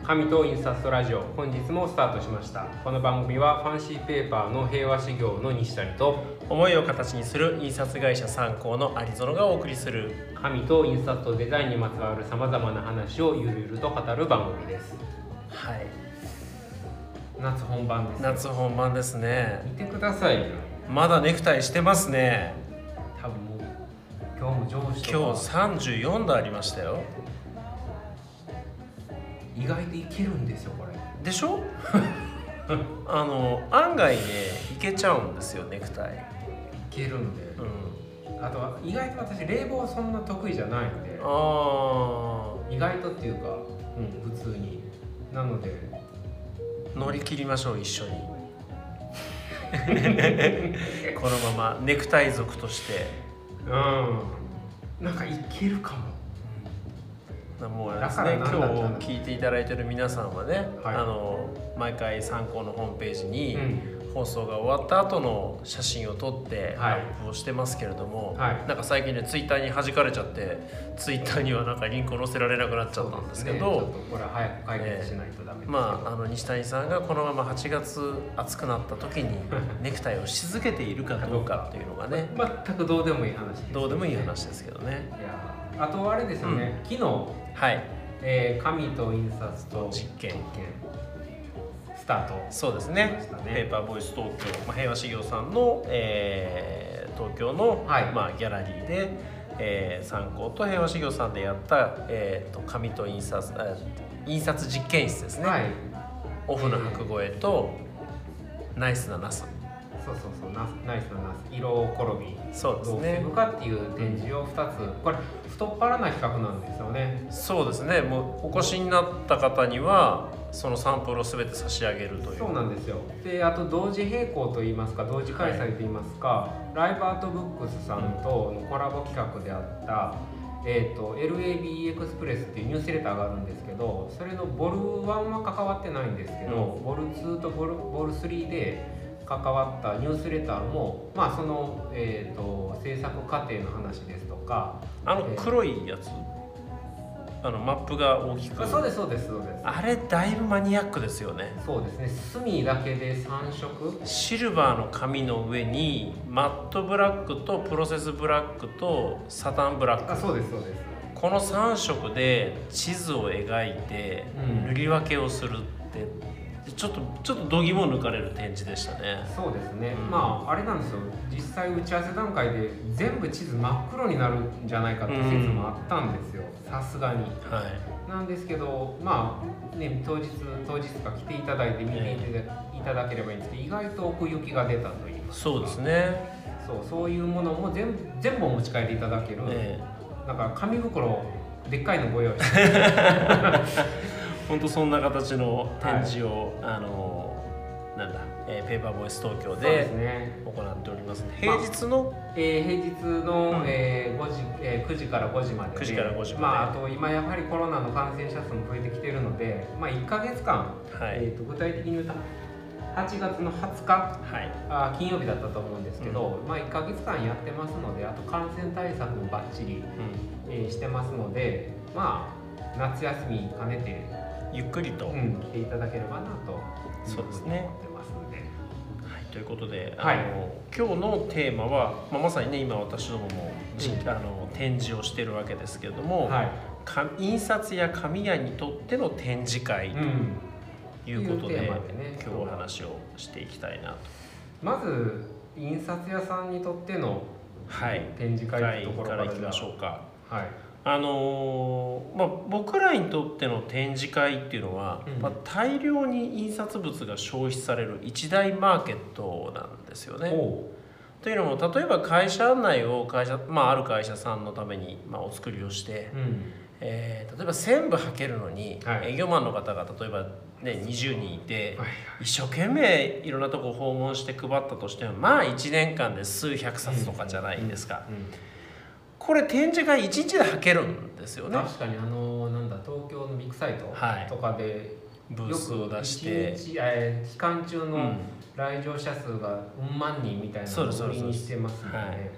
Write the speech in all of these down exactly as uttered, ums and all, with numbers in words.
紙と印刷とラジオ、本日もスタートしました。この番組はファンシーペーパーの平和修行の西谷と思いを形にする印刷会社三幸の有園がお送りする紙と印刷とデザインにまつわるさまざまな話をゆるゆると語る番組です。 はい、 夏本番です。 夏本番ですね。 見てくださいよ。 まだネクタイしてますね。 多分もう今日も上司とか今日さんじゅうよんどありましたよ。 意外といけるんですよこれ。 でしょあの案外ねいけちゃうんですよネクタイ。 いけるんで、うん、あとは意外と私冷房そんな得意じゃないんで、 あ意外とっていうか、うん、普通になので乗り切りましょう一緒にこのままネクタイ族としてうんなんかいけるかも。 もうですね、今日聞いていただいている皆さんはね、はい、あの毎回参考のホームページに、うん、放送が終わった後の写真を撮ってアップをしてますけれども、はい、なんか最近ねツイッターに弾かれちゃってツイッターにはなんかリンクを載せられなくなっちゃったんですけど、 ね、ちょっとこれは早く解決しないとダメですけど、 えー、まああの西谷さんがこのままはちがつ暑くなった時にネクタイをし続けているかどうかっていうのがね全くどうでもいい話です、ね、 どうでもいい話ですけどね。 いやあとあれですよね、うん、昨日はい、 えー、紙と印刷と実験スタート、 そうです ね, ねペーパーボイス東京、まあ、平和修行さんの、えー、東京の、はいまあ、ギャラリーで、えー、参考と平和修行さんでやった、えー、と紙と印刷印刷実験室ですね、はい、オフの白声と、えー、ナイスなナスそうそうそうナナイスなナス色転びそうですね、 どう防ぐかっていう展示をふたつ、これ太っ腹な企画なんですよね。 そうですね、もうお越しになった方にはそのサンプルを全て差し上げるという。 そうなんですよ。であと同時並行といいますか同時開催といいますか、はい、ライブアートブックスさんとのコラボ企画であった、えー、と エルエービー エクスプレスっていうニュースレターがあるんですけど、それのボルワンは関わってないんですけど、うん、ボルツーとボル、ボルスリーで関わったニュースレターも、まあその、えー、と制作過程の話ですとか、 あの黒いやつ、えー、あのマップが大きく、 そうですそうですそうです。 あれだいぶマニアックですよね。 そうですね、墨だけでさん色、 シルバーの紙の上にマットブラックとプロセスブラックとサタンブラック、 あそうですそうです。 このさん色で地図を描いて塗り分けをするって、うん、ちょっとちょっと度肝を抜かれる展示でしたね。 そうですね、うん、まああれなんですよ、実際打ち合わせ段階で全部地図真っ黒になるんじゃないかって説もあったんですよ、さすがに、はい、なんですけどまあね当日当日か来ていただいて見ていただければいいんですけど、意外と奥行きが出たといいますか、 そうですね、 そうそういうものも全部全部お持ち帰りいただける、ね、だから紙袋でっかいのご用意して本当そんな形の展示を、はい、あのなんだ、えー、ペーパーボイス東京で行っておりますね。平日の、 まあえー、平日の、うんえーごじえー、くじからごじまでで、 くじからごじまで、 まあ、あと今やはりコロナの感染者数も増えてきているので、まあ、いっかげつかん、はいえー、と具体的に言うとはちがつのはつか、はい、あ金曜日だったと思うんですけど、うんまあ、いっかげつかんやってますので、あと感染対策もバッチリ、うんえー、してますので、まあ、夏休み兼ねてゆっくりと、 うん、来ていただければなとそうですね思ってますので、はい、 ということで、 はい、 あの今日のテーマは、まあ、まさにね今私どもも、うん、あの展示をしているわけですけれども、はい、印刷や紙屋にとっての展示会ということで、うん、ね、今日お話をしていきたいなと。 まず印刷屋さんにとっての展示会というところからいきましょうか。はいあのーまあ、僕らにとっての展示会っていうのは、うんまあ、大量に印刷物が消費される一大マーケットなんですよね。というのも例えば会社案内を会社、まあ、ある会社さんのために、まあ、お作りをして、うんえー、例えばせんぶはけるのに、はい、営業マンの方が例えば、ね、にじゅうにんいて、はい、一生懸命いろんなとこ訪問して配ったとしてもまあいちねんかんで数百冊とかじゃないですか。うんうんうんうん、これ展示会いちにちで履けるんですよね。 確かにあのなんだ東京のビッグサイトとかで、はい、 ブースを出していちにち、えー、期間中の来場者数がうんまんにんみたいなのを売りにしてますので、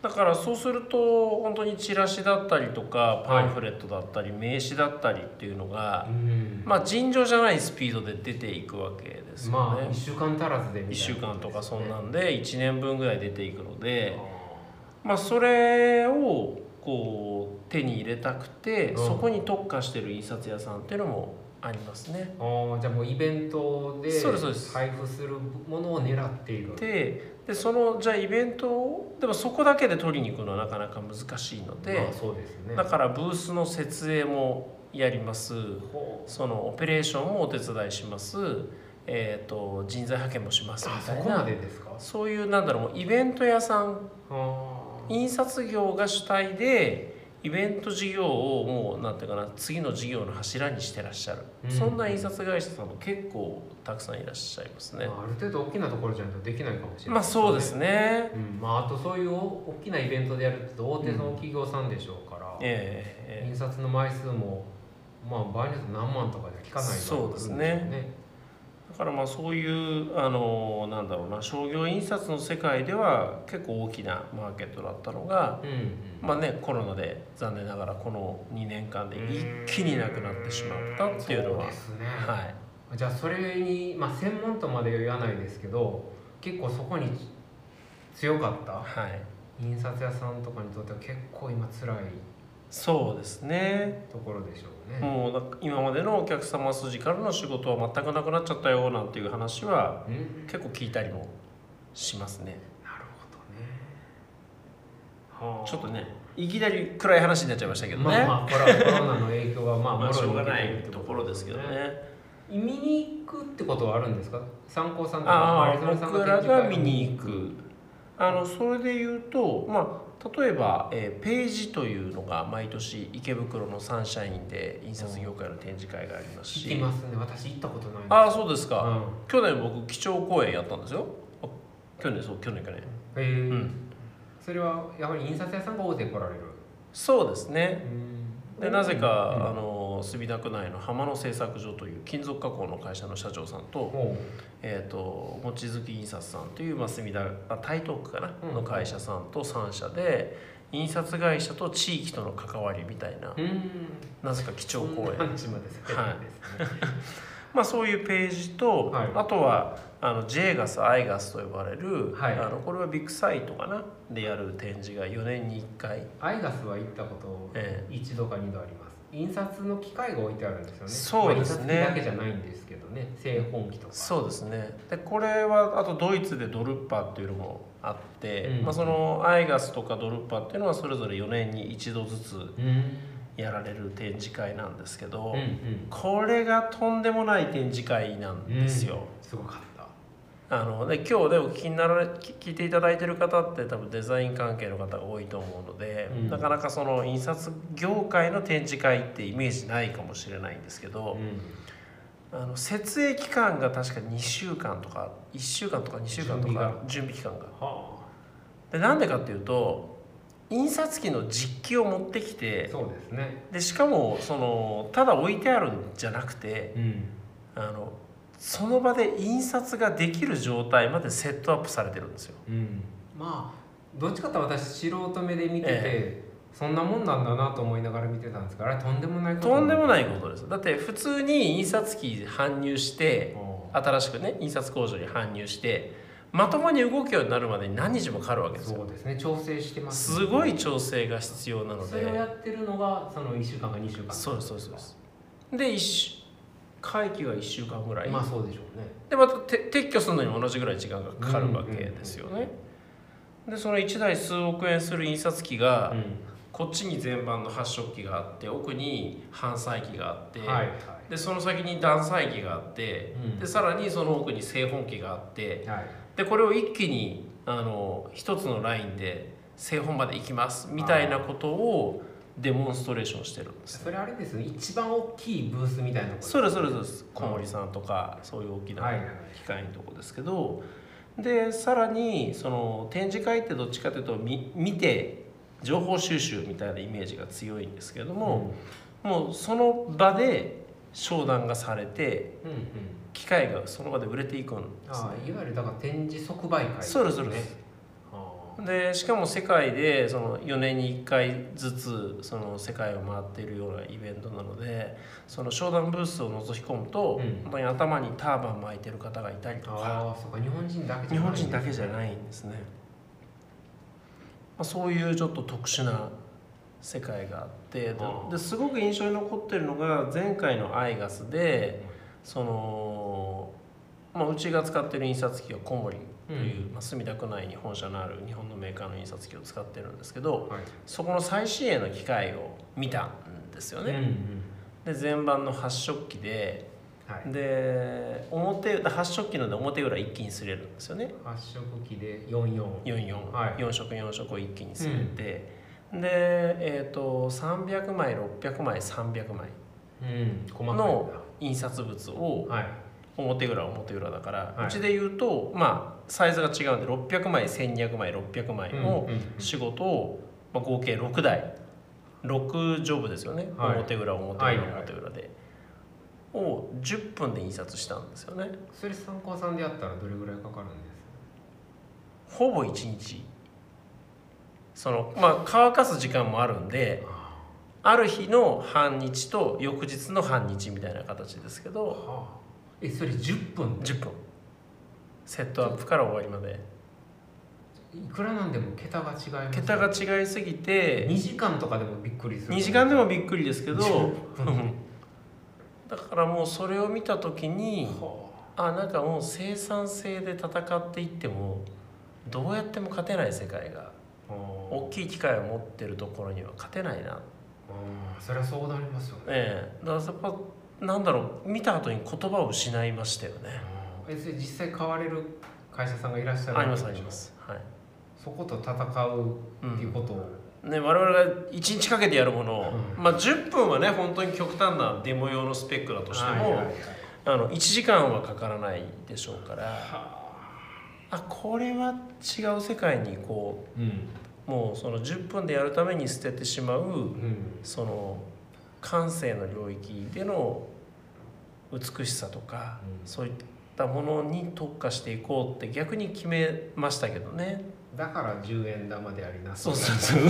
だからそうすると本当にチラシだったりとかパンフレットだったり名刺だったりっていうのが、まあ尋常じゃないスピードで出ていくわけですよね。 まあいっしゅうかん足らずでみたいな、ね、 いっしゅうかんとかそんなんでいちねんぶんぐらい出ていくので、まあそれをこう手に入れたくて、そこに特化してる印刷屋さんっていうのもありますね。 あ、じゃあもうイベントで配布するものを狙っている。 ででそのじゃあイベントをでもそこだけで取りに行くのはなかなか難しいので、 まあそうですね、 だからブースの設営もやります、そのオペレーションもお手伝いします、えー、と人材派遣もしますみたいな、 そこまでですか。 そういうなんだろうイベント屋さん、印刷業が主体でイベント事業をもうなんていうかな、次の事業の柱にしてらっしゃる、うん、そんな印刷会社さんも結構たくさんいらっしゃいますね。 まあ、ある程度大きなところじゃないとできないかもしれないですね。 まあそうですね、 うん、まあ、あとそういう大きなイベントでやると大手の企業さんでしょうから、うん、 えー、 印刷の枚数もまあ場合によって何万とかでは聞かないから、 そうですね。だからまあそういうあのなんだろうな、商業印刷の世界では結構大きなマーケットだったのが、うんうん、まあねコロナで残念ながらこのにねんかんで一気になくなってしまったっていうのは、 そうですね、 はい、 じゃあそれに、まあ、専門とまでは言わないですけど結構そこに強かった、はい、印刷屋さんとかにとっては結構今辛い、 そうですね、 ところでしょうね。 もう今までのお客様筋からの仕事は全くなくなっちゃったよなんていう話は結構聞いたりもしますね。 なるほどね。はあ、 ちょっとねいきなり暗い話になっちゃいましたけどね。 まあまあコロナの影響はまあまあしょうがないところですけどね。 見に行くってことはあるんですか？参考さんとか。 ああ、僕らが見に行く。あのそれで言うと、まあ例えば、えー、ページというのが毎年池袋のサンシャインで印刷業界の展示会がありますし、 行きますね。私行ったことないんです。 ああ、そうですか、 うん、 去年僕基調講演やったんですよ。去年、そう去年かね。 へえ、うん、それはやはり印刷屋さんが大勢来られる。 そうですね。でなぜか、うん、あの墨田区内の浜野製作所という金属加工の会社の社長さんと、えー、と望月印刷さんという、まあ、墨田台東区かな、うん、の会社さんとさん社で印刷会社と地域との関わりみたいな、うん、なぜか基調講演、まあそういうページと、はい、あとはあの ジェイガス、アイガスと呼ばれる、はい、あのこれはビッグサイトかなでやる展示がよねんにいっかい。 アイガスは行ったこと一度か二度あります。印刷の機械が置いてあるんですよね。 そうですね。 まあ、印刷機だけじゃないんですけどね、製本機とか。 そうですね。でこれはあとドイツでドルッパっていうのもあって、うん、まあ、そのアイガスとかドルッパっていうのはそれぞれよねんに一度ずつやられる展示会なんですけど、うんうん、これがとんでもない展示会なんですよ。 うん、すごかった。 あので今日でお聞きになられ聞いていただいている方って多分デザイン関係の方が多いと思うので、うん、なかなかその印刷業界の展示会ってイメージないかもしれないんですけど、うん、あの設営期間が確かにしゅうかんとかいっしゅうかんとかにしゅうかんとか準備期間が、はあ、でなんでかっていうと印刷機の実機を持ってきて、 そうですね、 でしかもそのただ置いてあるんじゃなくて、うん、あのその場で印刷ができる状態までセットアップされてるんですよ。 うん、まあどっちかと私素人目で見てて、ええ、そんなもんなんだなと思いながら見てたんですから、あれとんでもないこととんでもないことです。だって普通に印刷機搬入して新しくね印刷工場に搬入してまともに動くようになるまでに何日もかかるわけですよ。 そうですね、調整してます、 ね、すごい調整が必要なので、 それをやってるのがそのいっしゅうかんかにしゅうかん。 そうですそうですそうです。で一会期がいっしゅうかんぐらい、 まあそうでしょうね。 でまた撤去するのにも同じぐらい時間がかかるわけですよね。でそのいちだい数億円する印刷機が、うん、こっちに全板の発色機があって奥に販売機があって、はいはい、でその先に断裁機があって、うん、でさらにその奥に製本機があって、はい、でこれを一気にあの一つのラインで製本まで行きますみたいなことをデモンストレーションしてるんです、ね、 それあれですね、一番大きいブースみたいなことですね。 それそれそうです。小森さんとかそういう大きな機械のとこですけど、でさらにその展示会ってどっちかというと見見て情報収集みたいなイメージが強いんですけれども、うん、もうその場で商談がされて、うんうん、機械がその場で売れていくんですね。 ああ、いわゆるだから展示即売会、ね、 そうですそうです。 でしかも世界でそのよねんにいっかいずつその世界を回っているようなイベントなので、その商談ブースを覗き込むと、うん、本当に頭にターバン巻いてる方がいたりとか、 あそうか日本人だけじゃないんですね。 日本人だけじゃないんですね。まあ、そういうちょっと特殊な世界があってですごく印象に残ってるのが前回のアイガスでその、まあ、うちが使ってる印刷機はコモリという、うんまあ、墨田区内に本社のある日本のメーカーの印刷機を使ってるんですけど、はい、そこの最新鋭の機械を見たんですよね。うんうん、で前版の発色機で、はい、で表発色機なので表裏一気に擦れるんですよね。 発色機でよんじゅうよん、 よんじゅうよん、はい、よん色よん色を一気に擦れて、うん、で、えー、とさんびゃくまいろっぴゃくまいさんびゃくまいの印刷物を、はい、表裏表裏だから、はい、うちで言うとまあサイズが違うんでろっぴゃくまいせんにひゃくまいろっぴゃくまいの仕事を、まあ、合計ろくだいろくジョブですよね、はい、表裏表裏表裏で、はい、をじゅっぷんで印刷したんですよね。 それ参考さんでやったらどれぐらいかかるんですか？ほぼいちにち。そのまあ乾かす時間もあるんである日の半日と翌日の半日みたいな形ですけど、はあ、えそれじゅっぷんじゅっぷんセットアップから終わりまでいくらなんでも桁が違います、ね、 桁が違いすぎてにじかんとかでもびっくりする。 にじかんでもびっくりですけどだからもうそれを見た時に、はあ、あなんかもう生産性で戦っていってもどうやっても勝てない世界が大きい機械を持ってるところには勝てないな。あそれはそうなりますよね。 ええ、だからやっぱなんだろう見た後に言葉を失いましたよね。 えそれ実際買われる会社さんがいらっしゃるありますあります、はい、 そこと戦うっていうことを、 うんね、我々がいちにちかけてやるものを、うんまあ、じゅっぷんはね本当に極端なデモ用のスペックだとしても、はいはいはい、あのいちじかんはかからないでしょうから、はあ、これは違う世界にこう、うん、もうそのじゅっぷんでやるために捨ててしまう、うん、その感性の領域での美しさとか、うん、そういったものに特化していこうって逆に決めましたけどね。 だからじゅうえん玉でありなそうそうそう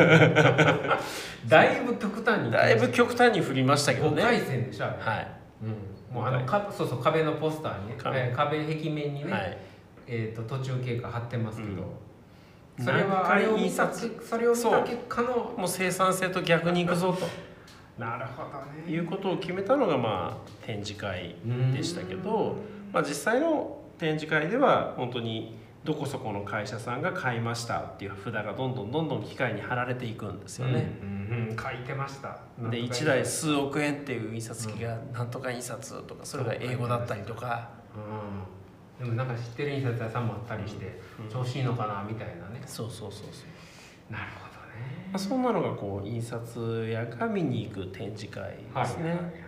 だいぶ極端にだいぶ極端に振りましたけどね。 ごかいせんでしょあれ、 はい、 うん、もうあのかそうそう壁のポスターに、えー、壁壁面にね、はいえー、と途中経過貼ってますけど、うん、それはあれを見たそれを見た結果のもう生産性と逆にいくぞとなるほどねいうことを決めたのがまあ展示会でしたけど、まあ、実際の展示会では本当にどこそこの会社さんが買いましたっていう札がどんどんどんどん機械に貼られていくんですよね、 うんうんうん、書いてました。 でいちだい数億円っていう印刷機がなんとか印刷とかそれが英語だったりとか、 うん、でもなんか知ってる印刷屋さんもあったりして、うん、調子いいのかなみたいなね。 そうそうそうそうなるほどね、 まあ、そんなのがこう印刷屋が見に行く展示会ですね、はいはいはい、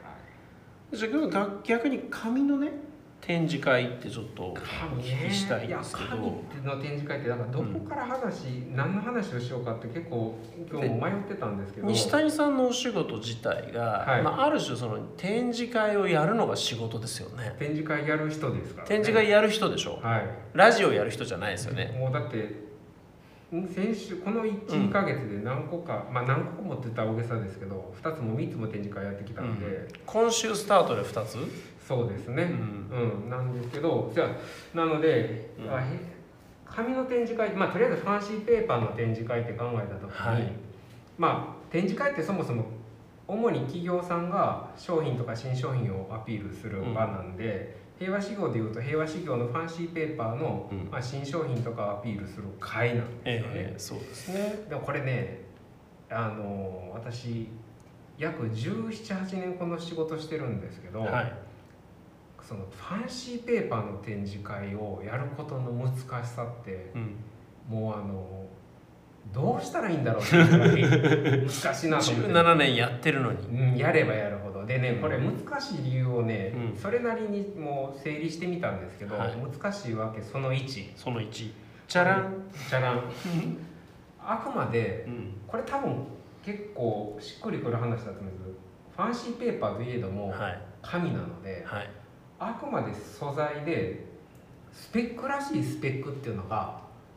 じゃあ逆に紙のね展示会ってちょっとお聞きしたいんですけど、 紙の展示会ってなんかどこから話、うん、何の話をしようかって結構今日も迷ってたんですけど、 西谷さんのお仕事自体が、はいまあ、ある種その展示会をやるのが仕事ですよね。 展示会やる人ですから、ね、 展示会やる人でしょ、はい、ラジオやる人じゃないですよね。 もうだって先週この いち,に ヶ月で何個か、うん、まあ何個もって言ったら大げさですけどふたつもみっつも展示会やってきたんで、うん、 今週スタートでふたつそうですね、うんうん、なんですけどじゃあなので、うん、紙の展示会、まあ、とりあえずファンシーペーパーの展示会って考えた時に、はい、まあ展示会ってそもそも主に企業さんが商品とか新商品をアピールする場なんで、うん、平和事業でいうと平和事業のファンシーペーパーの、うんまあ、新商品とかをアピールする会なんですよね、えー、 そうですね。 でもこれねあの私約じゅうなな、はちねんこの仕事してるんですけど、はいそのファンシーペーパーの展示会をやることの難しさって、うん、もうあのどうしたらいいんだろうっていう難しいなと思ってじゅうななねんやってるのに、 うん、やればやるほどでねこれ難しい理由をね、うん、それなりにもう整理してみたんですけど、はい、難しいわけそのいちそのいちチャランチャランあくまで、うん、これ多分結構しっくりくる話だと思うんですけどファンシーペーパーといえども、はい、紙なので、はいあくまで素材でスペックらしいスペックっていうのが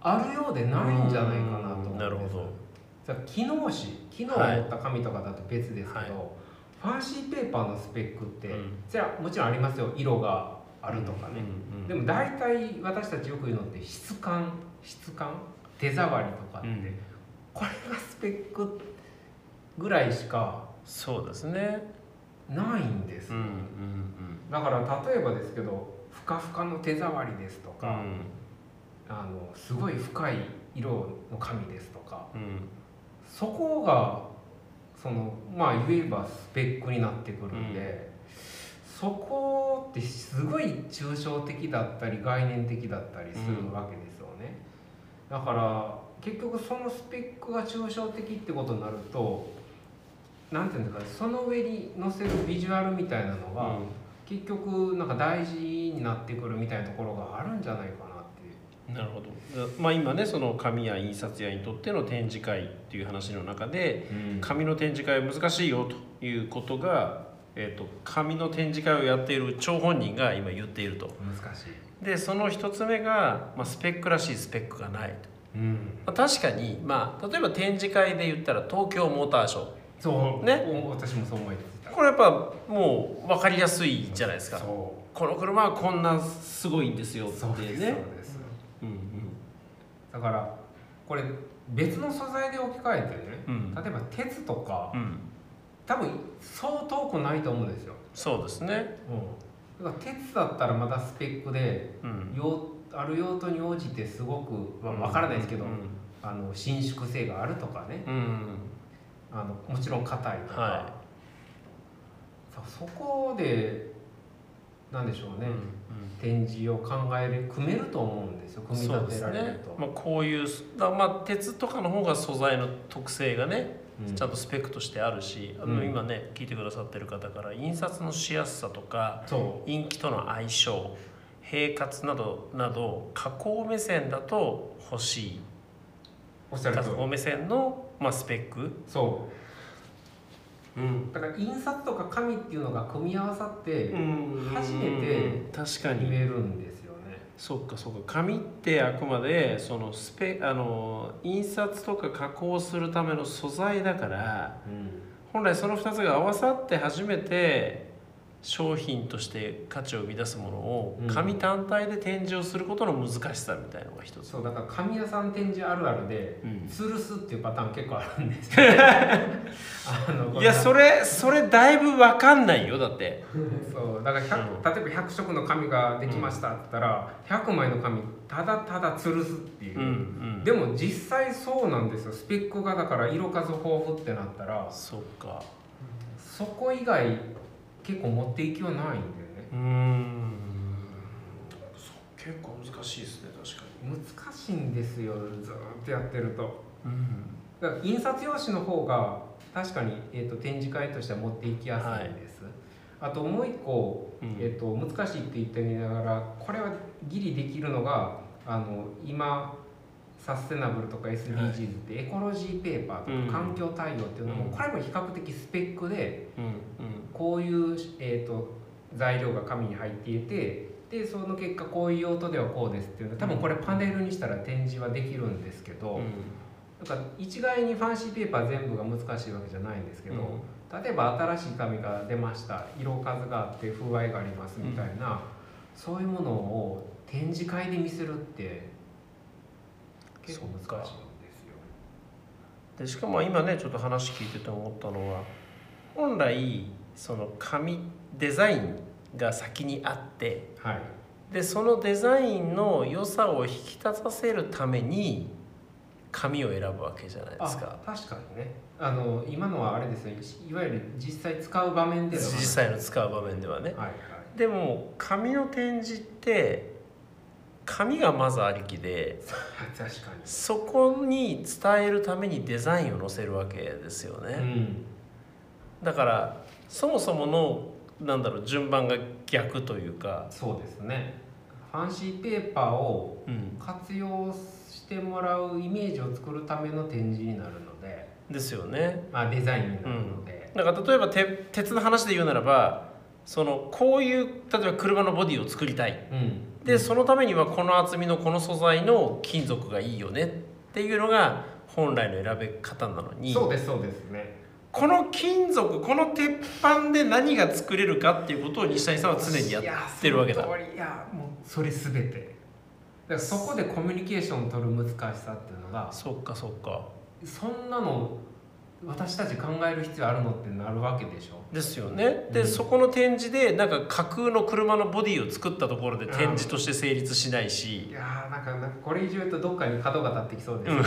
あるようでないんじゃないかなと思うんです。 なるほど。 機能紙機能を持った紙とかだと別ですけど、はい、ファンシーペーパーのスペックって、うん、それはもちろんありますよ。色があるとかね、うんうんうん、でも大体私たちよく言うのって質感質感手触りとかって、うん、これがスペックぐらいしかそうですねないんですよ、うんうんうん、だから例えばですけどふかふかの手触りですとか、うん、あのすごい深い色の紙ですとか、うん、そこがそのまあ言えばスペックになってくるんで、うん、そこってすごい抽象的だったり概念的だったりするわけですよね、うん、だから結局そのスペックが抽象的ってことになるとなんていうんですか、その上に載せるビジュアルみたいなのが、うん、結局なんか大事になってくるみたいなところがあるんじゃないかなっていう。 なるほど。まあ今ねその紙や印刷屋にとっての展示会っていう話の中で、うん、紙の展示会は難しいよということが、えーと、紙の展示会をやっている張本人が今言っていると。 難しい。 でその一つ目が、まあ、スペックらしいスペックがないと。うんまあ、確かに、まあ、例えば展示会で言ったら東京モーターショーそうね、私もそう思います。 これやっぱもう分かりやすいじゃないですか。そうこの車はこんなすごいんですよってね。そうです、そうです、うんうん、 だからこれ別の素材で置き換えてね、うん、例えば鉄とか、うん、多分そう遠くないと思うんですよ。 そうですね、 うん、だから鉄だったらまだスペックで、うん、用ある用途に応じてすごく、まあ、分からないですけど、うんうん、あの伸縮性があるとかね、うんうんあのもちろん硬いとか、はい、そこでなんでしょうね、うんうん、展示を考える組めると思うんですよ。組み立てられると、ねまあ、こういうだ、まあ、鉄とかの方が素材の特性がね、うん、ちゃんとスペックとしてあるし、あの今ね聞いてくださってる方から印刷のしやすさとかインキとの相性平滑などなど加工目線だと欲しい加工目線のまあ、スペックそう、うん、だから印刷とか紙っていうのが組み合わさって初めて決めるんですよね。 そうかそうか紙ってあくまでそのスペあの印刷とか加工するための素材だから、うん、本来そのふたつが合わさって初めて商品として価値を生み出すものを紙単体で展示をすることの難しさみたいなのが一つ、 うん、そうだから紙屋さん展示あるあるで、うん、吊るすっていうパターン結構あるんですよ、ね、 あのいやそれそれだいぶ分かんないよだってそうだからひゃく、うん、例えばひゃくしょくの紙ができましたって言ったら、うん、ひゃくまいの紙ただただ吊るすっていう、うんうん、でも実際そうなんですよ。スペックがだから色数豊富ってなったらそっかそこ以外結構持っていきはないんだよね。うーん結構難しいですね。確かに難しいんですよずっとやってると、うん、だから印刷用紙の方が確かに、えーと、展示会としては持っていきやすいんです、はい、あともう一個、うんえーと、難しいって言ってみながらこれはギリできるのがあの今サステナブルとか エスディージーズ ってエコロジーペーパーとか環境対応っていうのも、うん、これも比較的スペックで、うんうん、こういう、えーと、材料が紙に入っていてでその結果こういう用途ではこうですっていうのは多分これパネルにしたら展示はできるんですけど、うん、だから一概にファンシーペーパー全部が難しいわけじゃないんですけど、うん、例えば新しい紙が出ました色数があって風合いがありますみたいな、うん、そういうものを展示会で見せるって結構難しいんですよ。 でしかも今ねちょっと話聞いてて思ったのは本来その紙デザインが先にあって、はい、でそのデザインの良さを引き立たせるために紙を選ぶわけじゃないですか。 確かにねあの今のはあれですねいわゆる実際使う場面では実際の使う場面ではね、はいはい、でも紙の展示って紙がまずありきで確かにそこに伝えるためにデザインを載せるわけですよね、うん、だからそもそものなんだろう順番が逆というかそうですねファンシーペーパーを活用してもらうイメージを作るための展示になるのでですよね、 まあ、デザインになるので、 うん、だから例えばて鉄の話で言うならばそのこういう例えば車のボディを作りたい、 うん、 でそのためにはこの厚みのこの素材の金属がいいよねっていうのが本来の選べ方なのに、 そうですそうですね。 この金属この鉄板で何が作れるかっていうことを西谷さんは常にやってるわけだ。 いや、いやもうそれ全てだから、そこでコミュニケーションを取る難しさっていうのが、 そっかそっか、 そんなの私たち考える必要あるのってなるわけでしょ。 ですよね。で、 うん、 そこの展示でなんか架空の車のボディを作ったところで展示として成立しないし、 いやーなんかなんかこれ以上言うとどっかに角が立ってきそうです、うん、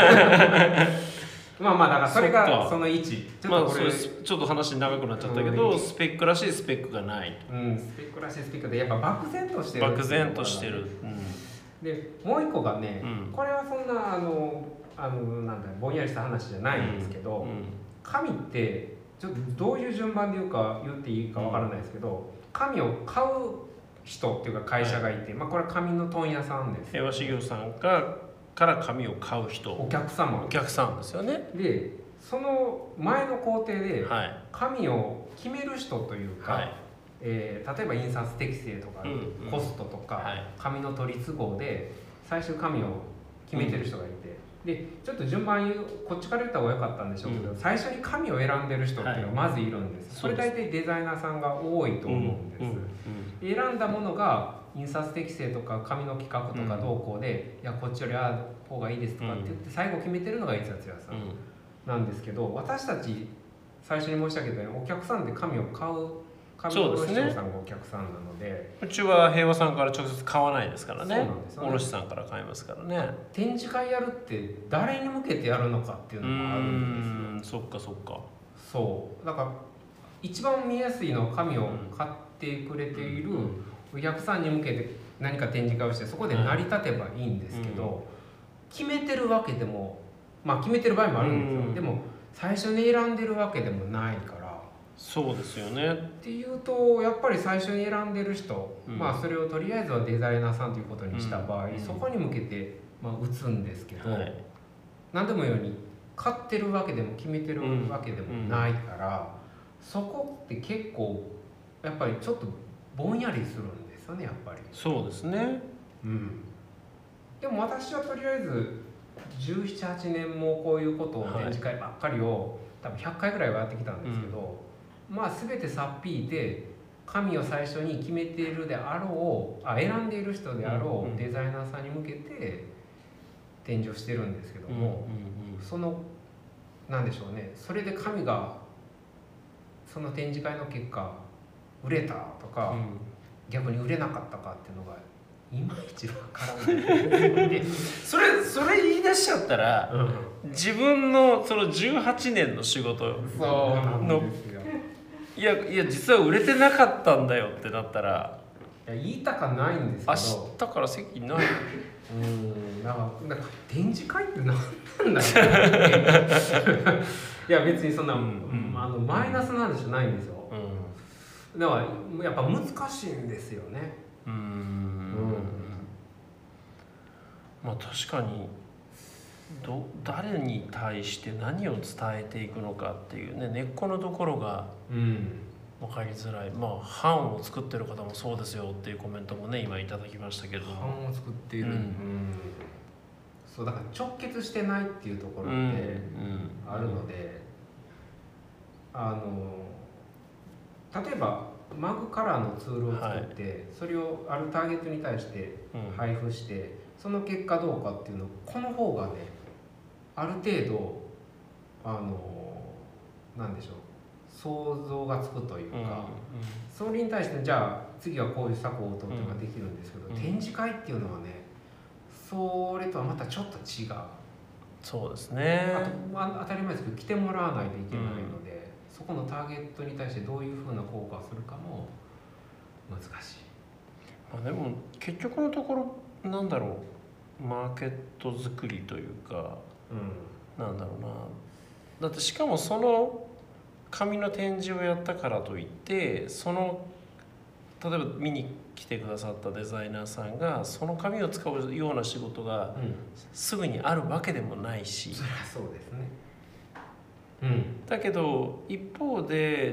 まあまあだからそれがその位置。 ちょっとこれ、まあ、ちょっと話長くなっちゃったけど、うん、スペックらしいスペックがない、 うん、スペックらしいスペックでやっぱ漠然としてる、 漠然としてる、うん、 でもう一個がね、 うん、 これはそんなあのあのなんだぼんやりした話じゃないんですけど、 うんうん、 紙ってちょっとどういう順番で言うか言っていいかわからないですけど、紙を買う人っていうか会社がいて、はい、まあこれは紙の問屋さんです。 平和修行さんがから紙を買う人、 お客様、 お客さんですよね。 でその前の工程ではい紙を決める人というか、 はい、 えー、例えば印刷適正とか、 うんうん、 コストとか、 はい、 紙の取り都合で最終紙を決めてる人がいて、うん、でちょっと順番こっちから言った方が良かったんでしょうけど、うん、最初に紙を選んでる人っていうのはまずいるんです、はい、それ大体デザイナーさんが多いと思うんです、うんうんうん、選んだものが印刷適正とか紙の企画とかどうこうで、うん、いやこっちよりああ方がいいですとかって言って最後決めてるのが印刷屋さんなんですけど、私たち最初に申し上げたようにお客さんで紙を買う紙卸商さんがお客さんなので、 うちは平和さんから直接買わないですからね。 そうなんですよね。 卸さんから買いますからね。 展示会やるって誰に向けてやるのかっていうのもあるんですよ。 そっかそっか。 そうだから一番見やすいのは紙を買ってくれているお客さんに向けて何か展示会をしてそこで成り立てばいいんですけど、うん、決めてるわけでもまあ決めてる場合もあるんですよ、うん、でも最初に選んでるわけでもないから。 そうですよね。 っていうとやっぱり最初に選んでる人、うん、まあそれをとりあえずはデザイナーさんということにした場合、うん、そこに向けて、まあ、打つんですけど、はい、何でも言うように買ってるわけでも決めてるわけでもないから、うんうん、そこって結構やっぱりちょっとぼんやりするんですよねやっぱり。 そうですね、 うん、でも私はとりあえずじゅうなな、はちねんもこういうことを展示会ばっかりを、はい、多分ひゃっかいぐらいはやってきたんですけど、うん、まあ全てさっぴいて紙を最初に決めているであろうあ選んでいる人であろうデザイナーさんに向けて展示をしてるんですけども、そのなんでしょうね、それで紙がその展示会の結果売れたとか、うん、逆に売れなかったかっていうのがいまいちわからないそれそれ言い出しちゃったら、うん、自分のそのじゅうはちねんの仕事のそうなんですよ。 いやいや実は売れてなかったんだよってなったら、 いや言いたかないんですけど、 明日から席ないうんなんかなんか展示会って何なんだろういや別にそんな、うん、あのマイナスなんじゃないんですよ、うん、だからやっぱ難しいんですよね。 うん、うん、まあ確かにど誰に対して何を伝えていくのかっていうね根っこのところが分かりづらい、うん、まあ版を作ってる方もそうですよっていうコメントもね今いただきましたけど、 版を作っている、うんうん、そうだから直結してないっていうところってあるので、うんうん、あの例えばマグカラーのツールを作って、はい、それをあるターゲットに対して配布して、うん、その結果どうかっていうのこの方がねある程度あのなんでしょう想像がつくというか、うんうん、それに対してじゃあ次はこういう策を取ってができるんですけど、うん、展示会っていうのはねそれとはまたちょっと違う。 そうですね。 あと、まあ、当たり前ですけど来てもらわないといけないので、うん、そこのターゲットに対してどういうふうな効果をするかも難しい。 まあ、でも結局のところなんだろうマーケット作りというか、うん、なんだろうなだってしかもその紙の展示をやったからといってその例えば見に来てくださったデザイナーさんがその紙を使うような仕事がすぐにあるわけでもないし、 うん、そりゃそうですね、 うん、だけど一方で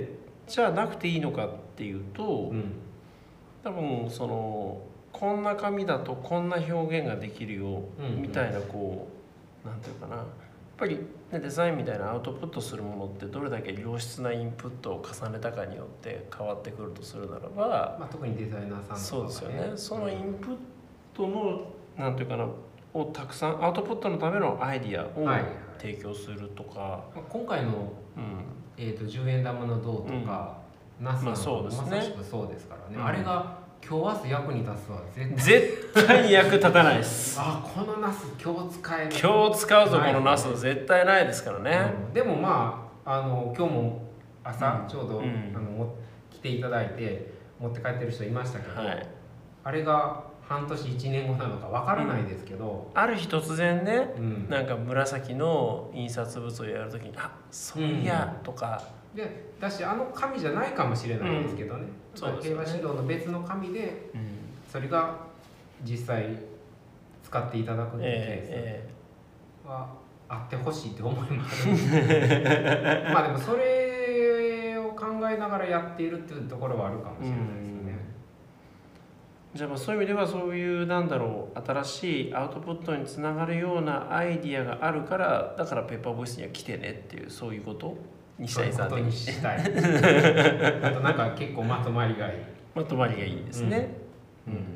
じゃあなくていいのかっていうと、 うん、 多分そのこんな紙だとこんな表現ができるよ、 うん、 みたいなこうなんていうかな、やっぱり、ね、デザインみたいなアウトプットするものってどれだけ良質なインプットを重ねたかによって変わってくるとするならば、 まあ、特にデザイナーさんとか、ね、 そうですよね。そのインプットのなんていうかなをたくさんアウトプットのためのアイディアを提供するとか、 はいはい、今回の、 うんえー、とじゅうえん玉の銅とか、うん、ナスの、まあそうですね、まさしくそうですからね、うん、あれが今日明日役に立つは絶対絶対に役立たないですあこのナス今日使える今日使うぞこのナス絶対ないですからね、 うん、でもまあ、あの今日も朝ちょうど、うん、あの来ていただいて持って帰ってる人いましたけど、はい、あれが半年いちねんごなのかわからないですけど、 うん、ある日突然ね、うん、なんか紫の印刷物をやるときにあそういや、うん、とかでだしあの紙じゃないかもしれないですけどね、うんそうですね、平和指導の別の紙で、うん、それが実際使っていただくっていうケースはあってほしいって思いもあるんですけどまあでもそれを考えながらやっているっていうところはあるかもしれないですね、 うん、じゃあまあそういう意味ではそういうなんだろう新しいアウトプットにつながるようなアイディアがあるからだからペッパーボイスには来てねっていうそういうこと西谷さんにしたいあとなんか結構まとまりがいいまとまりがいいですね、うん、うん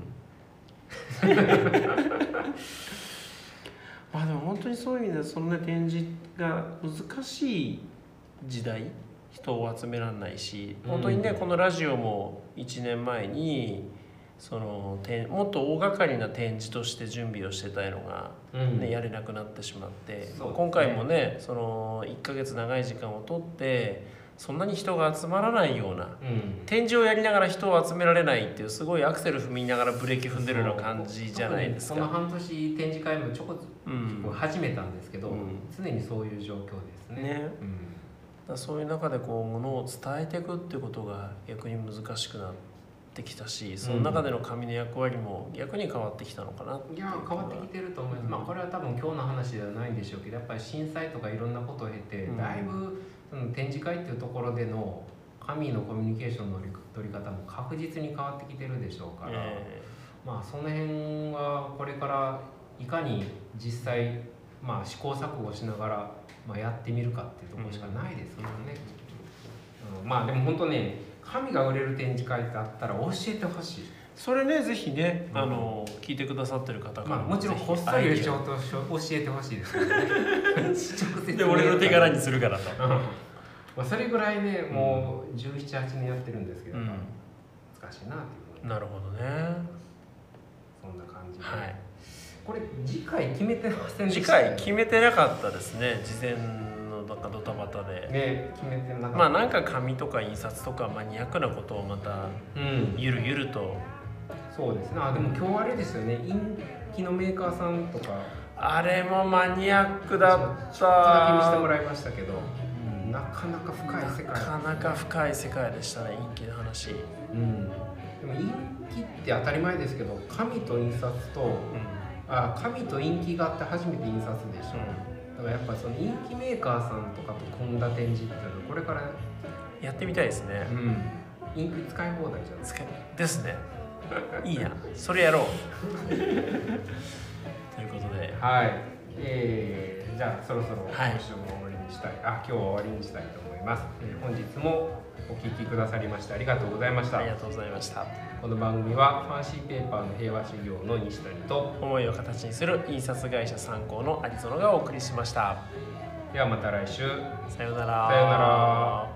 まあでも本当にそういう意味でそのね展示が難しい時代人を集められないし本当にね、うん、このラジオもいちねんまえにそのもっと大掛かりな展示として準備をしてたのが、ねうん、やれなくなってしまって、ね、今回もねそのいっかげつ長い時間をとってそんなに人が集まらないような、うん、展示をやりながら人を集められないっていうすごいアクセル踏みながらブレーキ踏んでるような感じじゃないですか。 この半年展示会もちょこちょこ始めたんですけど、うん、常にそういう状況ですね。ね、うん、 だそういう中でこうものを伝えていくっていうことが逆に難しくなってできたし、その中での紙の役割も逆に変わってきたのかなっていう。 いや変わってきてると思います、うん、まあこれは多分今日の話ではないんでしょうけどやっぱり震災とかいろんなことを経て、うん、だいぶその展示会っていうところでの紙のコミュニケーションの取り方も確実に変わってきてるでしょうから、えー、まあその辺はこれからいかに実際、まあ、試行錯誤しながら、まあ、やってみるかっていうところしかないですけどね、うんうん、まあでも本当ね紙が売れる展示会ってあったら教えてほしい。 それねぜひね、うん、あの聞いてくださってる方から、 まあ、もちろんこっそりちょっと教えてほしいですけどね直接で俺の手柄にするからとまあそれぐらいねもうじゅうなな、はちねんやってるんですけど、うん、難しいなっていうなるほどねそんな感じで、 はい、 これ次回決めてませんでした、ね、 次回決めてなかったですね事前なんかドタバタで、 ね、決めてなかった。 まあなんか紙とか印刷とかマニアックなことをまたゆるゆると、うん、 そうですね。あでも今日あれですよねインキのメーカーさんとかあれもマニアックだったちょっとだけ見せてもらいましたけど、うん、なかなか深い世界なかなか深い世界でしたねインキの話、 うん、でもインキって当たり前ですけど紙と印刷と、うん、あ紙とインキがあって初めて印刷でしょ、うんだからやっぱそのインキメーカーさんとかと組んだ展示っていうのはこれからやってみたいですね、 うん、インク使い放題じゃないですかですねいいなそれやろうということではい、えー、じゃあそろそろ今週も終わりにしたい、はい、あ今日は終わりにしたいと思います、えー、本日もお聞きくださりましてありがとうございました。 ありがとうございました。 この番組はファンシーペーパーの平和修行の西谷と思いを形にする印刷会社参考の有園がお送りしました。 ではまた来週。 さようなら。 さようなら。